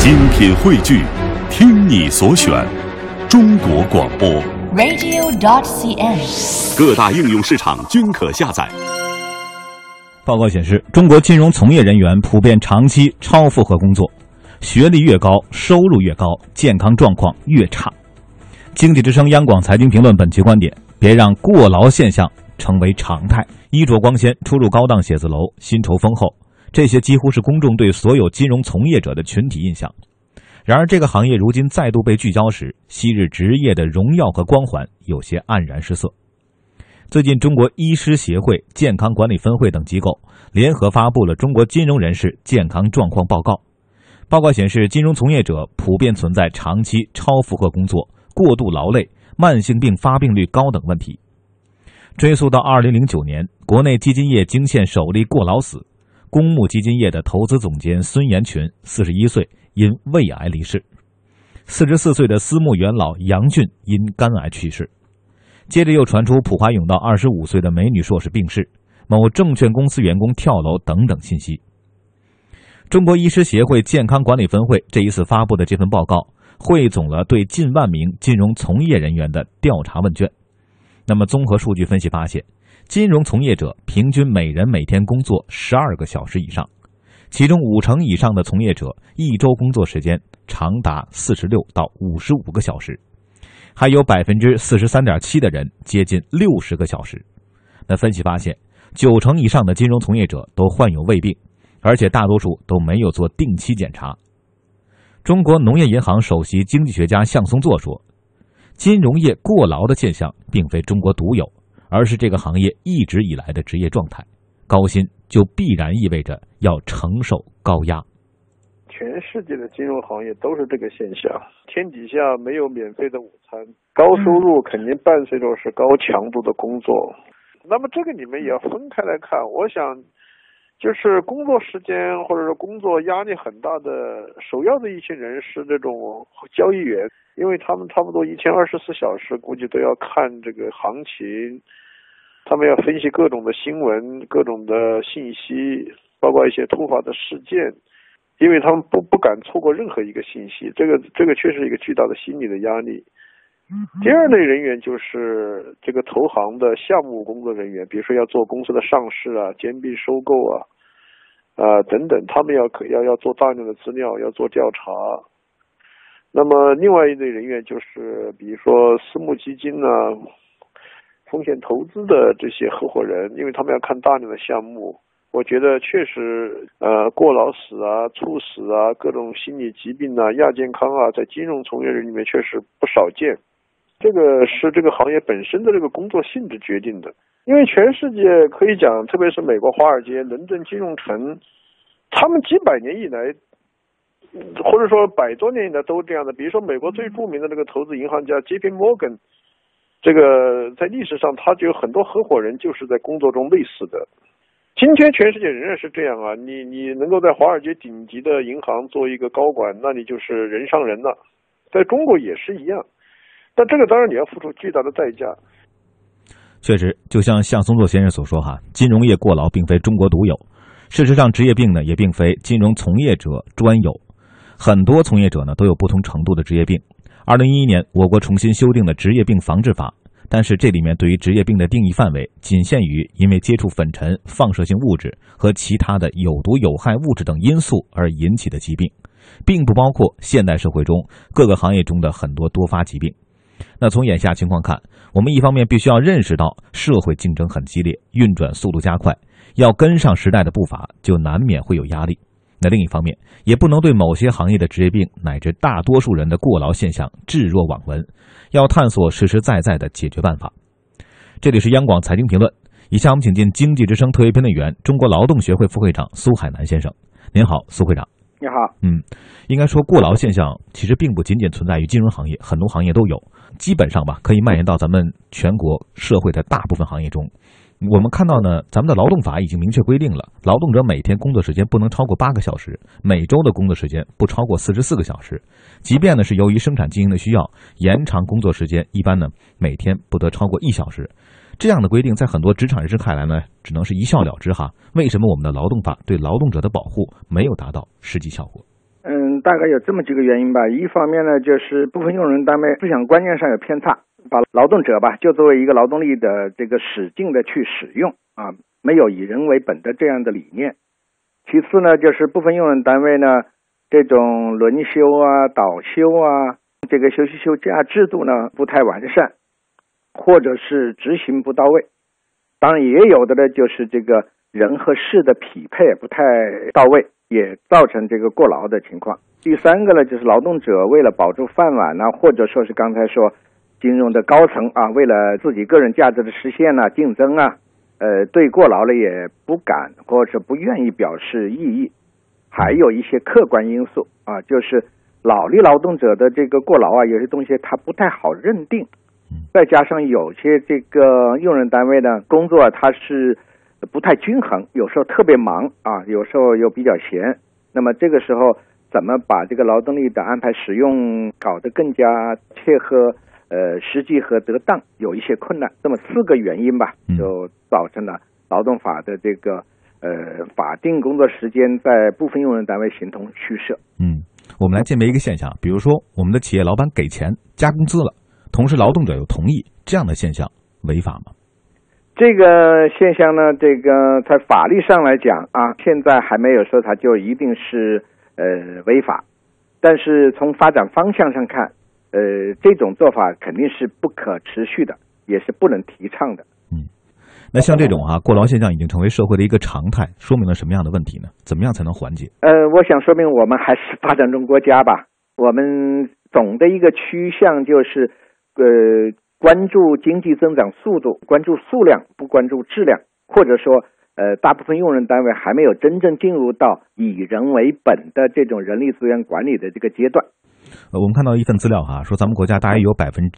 精品汇聚，听你所选，中国广播 radio.cn， 各大应用市场均可下载。 报告显示，中国金融从业人员普遍长期超负荷工作，学历越高，收入越高，健康状况越差。经济之声央广财经评论本期观点：别让过劳现象成为常态。衣着光鲜，出入高档写字楼，薪酬丰厚，这些几乎是公众对所有金融从业者的群体印象。然而，这个行业如今再度被聚焦时，昔日职业的荣耀和光环有些黯然失色。最近，中国医师协会、健康管理分会等机构联合发布了《中国金融人士健康状况报告》。报告显示，金融从业者普遍存在长期超负荷工作、过度劳累、慢性病发病率高等问题。追溯到2009年，国内基金业惊现首例过劳死，公募基金业的投资总监孙延群41岁因胃癌离世，44岁的私募元老杨俊因肝癌去世。接着又传出普华永道25岁的美女硕士病逝，某证券公司员工跳楼等等信息。中国医师协会健康管理分会这一次发布的这份报告，汇总了对近万名金融从业人员的调查问卷。那么综合数据分析发现，金融从业者平均每人每天工作12个小时以上，其中50%以上的从业者一周工作时间长达46到55个小时，还有 43.7% 的人接近60个小时。那分析发现，90%以上的金融从业者都患有胃病，而且大多数都没有做定期检查。中国农业银行首席经济学家向松作说，金融业过劳的现象并非中国独有，而是这个行业一直以来的职业状态。高薪就必然意味着要承受高压。 全世界的金融行业都是这个现象，天底下没有免费的午餐，高收入肯定伴随着是高强度的工作。那么这个你们也要分开来看，我想就是工作时间或者说工作压力很大的首要的一群人是这种交易员，因为他们差不多一天24小时估计都要看这个行情，他们要分析各种的新闻、各种的信息，包括一些突发的事件，因为他们不敢错过任何一个信息，这个确实是一个巨大的心理的压力。第二类人员就是这个投行的项目工作人员，比如说要做公司的上市啊、兼并收购等等，他们要做大量的资料，要做调查。那么另外一类人员就是比如说私募基金啊、风险投资的这些合伙人，因为他们要看大量的项目。我觉得确实过劳死啊、猝死啊、各种心理疾病啊、亚健康啊，在金融从业人里面确实不少见。这个是这个行业本身的这个工作性质决定的，因为全世界可以讲，特别是美国华尔街、伦敦金融城，他们几百年以来，或者说100多年以来都这样的。比如说美国最著名的这个投资银行家 JP Morgan， 这个在历史上他就有很多合伙人就是在工作中累死的。今天全世界仍然是这样啊，你能够在华尔街顶级的银行做一个高管，那你就是人上人了。在中国也是一样。但这个当然你要付出巨大的代价。 确实，就像向松作先生所说金融业过劳并非中国独有。事实上，职业病呢也并非金融从业者专有，很多从业者呢都有不同程度的职业病。2011年，我国重新修订了职业病防治法，但是这里面对于职业病的定义范围仅限于因为接触粉尘、放射性物质和其他的有毒有害物质等因素而引起的疾病，并不包括现代社会中各个行业中的很多多发疾病。那从眼下情况看，我们一方面必须要认识到社会竞争很激烈，运转速度加快，要跟上时代的步伐，就难免会有压力。那另一方面，也不能对某些行业的职业病乃至大多数人的过劳现象置若罔闻，要探索实实在在的解决办法。这里是央广财经评论，以下我们请进经济之声特约评论员、中国劳动协会副会长苏海南先生。您好，苏会长。 你好。 应该说过劳现象其实并不仅仅存在于金融行业，很多行业都有，基本上可以蔓延到咱们全国社会的大部分行业中。我们看到呢，咱们的劳动法已经明确规定了，劳动者每天工作时间不能超过8个小时，每周的工作时间不超过44个小时。即便呢是由于生产经营的需要，延长工作时间，一般呢每天不得超过1小时。这样的规定在很多职场人士看来呢，只能是一笑了之为什么我们的劳动法对劳动者的保护没有达到实际效果？ 大概有这么几个原因吧。一方面呢，就是部分用人单位思想观念上有偏差，把劳动者吧就作为一个劳动力的这个使劲的去使用啊，没有以人为本的这样的理念。其次呢，就是部分用人单位呢，这种轮休啊、倒休啊，这个休息休假制度呢不太完善，或者是执行不到位。当然也有的呢，就是这个人和事的匹配不太到位，也造成这个过劳的情况。第三个呢，就是劳动者为了保住饭碗呢，或者说是刚才说金融的高层啊，为了自己个人价值的实现啊、竞争啊，对过劳了也不敢或者不愿意表示异议。还有一些客观因素啊，就是脑力劳动者的这个过劳啊，有些东西他不太好认定，再加上有些这个用人单位呢工作它是不太均衡，有时候特别忙啊，有时候又比较闲。那么这个时候怎么把这个劳动力的安排使用搞得更加切合实际和得当，有一些困难。这么4个原因吧，就造成了劳动法的这个法定工作时间在部分用人单位形同虚设。 我们来鉴别一个现象，比如说我们的企业老板给钱加工资了，同时劳动者又同意，这样的现象违法吗？ 这个现象呢，这个在法律上来讲啊，现在还没有说它就一定是违法，但是从发展方向上看，这种做法肯定是不可持续的，也是不能提倡的。 那像这种过劳现象已经成为社会的一个常态，说明了什么样的问题呢？怎么样才能缓解？ 我想说明我们还是发展中国家吧，我们总的一个趋向就是关注经济增长速度，关注数量，不关注质量，或者说大部分用人单位还没有真正进入到以人为本的这种人力资源管理的这个阶段。 我们看到一份资料说咱们国家大约有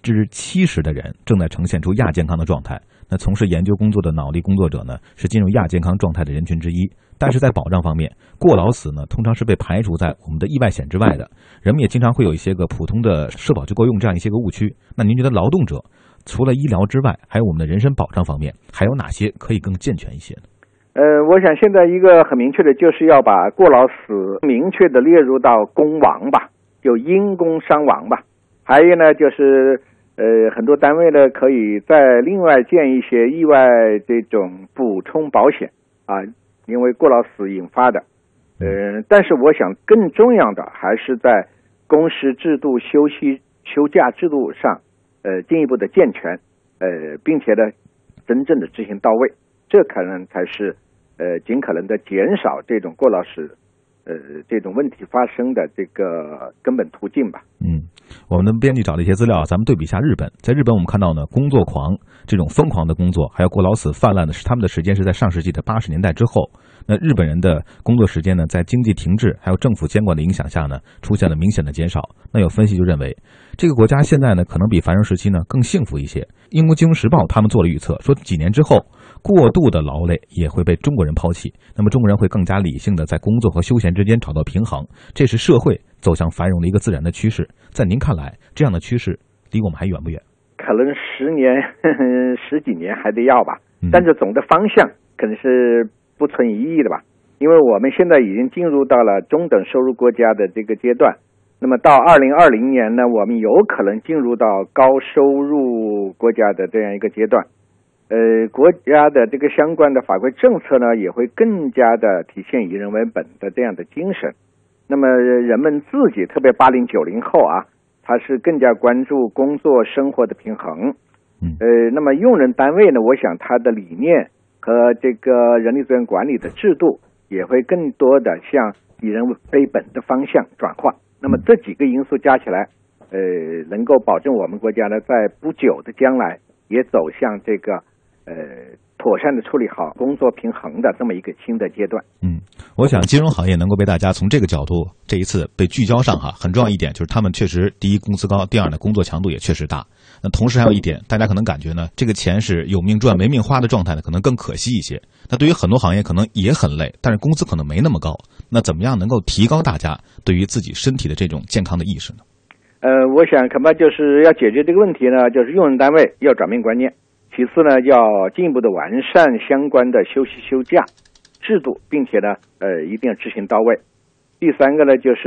70%的人正在呈现出亚健康的状态。那从事研究工作的脑力工作者呢，是进入亚健康状态的人群之一。但是在保障方面，过劳死呢，通常是被排除在我们的意外险之外的。人们也经常会有一些个普通的社保就够用这样一些个误区。那您觉得劳动者除了医疗之外，还有我们的人身保障方面，还有哪些可以更健全一些呢？ 我想现在一个很明确的就是要把过劳死明确的列入到工亡吧，就因工伤亡吧。还有呢，就是很多单位呢可以再另外建一些意外这种补充保险啊，因为过劳死引发的。但是我想更重要的还是在工时制度、休假制度上进一步的健全，并且呢真正的执行到位，这可能才是尽可能的减少这种过劳死这种问题发生的这个根本途径吧。 我们的编辑找了一些资料，咱们对比一下日本。在日本我们看到呢，工作狂这种疯狂的工作，还有过劳死泛滥的是他们的时间是在上世纪的80年代之后。那日本人的工作时间呢，在经济停滞还有政府监管的影响下呢，出现了明显的减少。那有分析就认为，这个国家现在呢，可能比繁荣时期呢更幸福一些。英国金融时报他们做了预测，说几年之后，过度的劳累也会被中国人抛弃。那么中国人会更加理性的在工作和休闲之间找到平衡，这是社会走向繁荣的一个自然的趋势。在您看来，这样的趋势离我们还远不远？ 可能10年、10几年还得要吧，但是总的方向可能是不存疑义的吧。因为我们现在已经进入到了中等收入国家的这个阶段，那么到2020年呢，我们有可能进入到高收入国家的这样一个阶段。国家的这个相关的法规政策呢，也会更加的体现以人为本的这样的精神。那么人们自己，特别80、90后他是更加关注工作生活的平衡。那么用人单位呢，我想他的理念和这个人力资源管理的制度也会更多的向以人为本的方向转化。那么这几个因素加起来，能够保证我们国家呢，在不久的将来也走向这个妥善的处理好工作平衡的这么一个新的阶段。 我想金融行业能够被大家从这个角度这一次被聚焦上很重要一点就是他们确实第一工资高，第二呢工作强度也确实大。那同时还有一点，大家可能感觉呢这个钱是有命赚没命花的状态呢，可能更可惜一些。那对于很多行业可能也很累，但是工资可能没那么高。那怎么样能够提高大家对于自己身体的这种健康的意识呢？ 我想恐怕就是要解决这个问题呢，就是用人单位要转变观念。其次呢，要进一步的完善相关的休息休假制度，并且呢，一定要执行到位。第三个呢，就是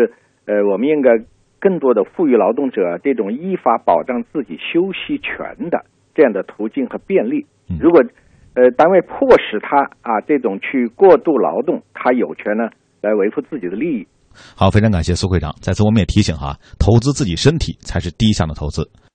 我们应该更多的赋予劳动者这种依法保障自己休息权的这样的途径和便利。如果单位迫使他这种去过度劳动，他有权呢来维护自己的利益。 好，非常感谢苏会长。在此我们也提醒投资自己身体才是第一项的投资。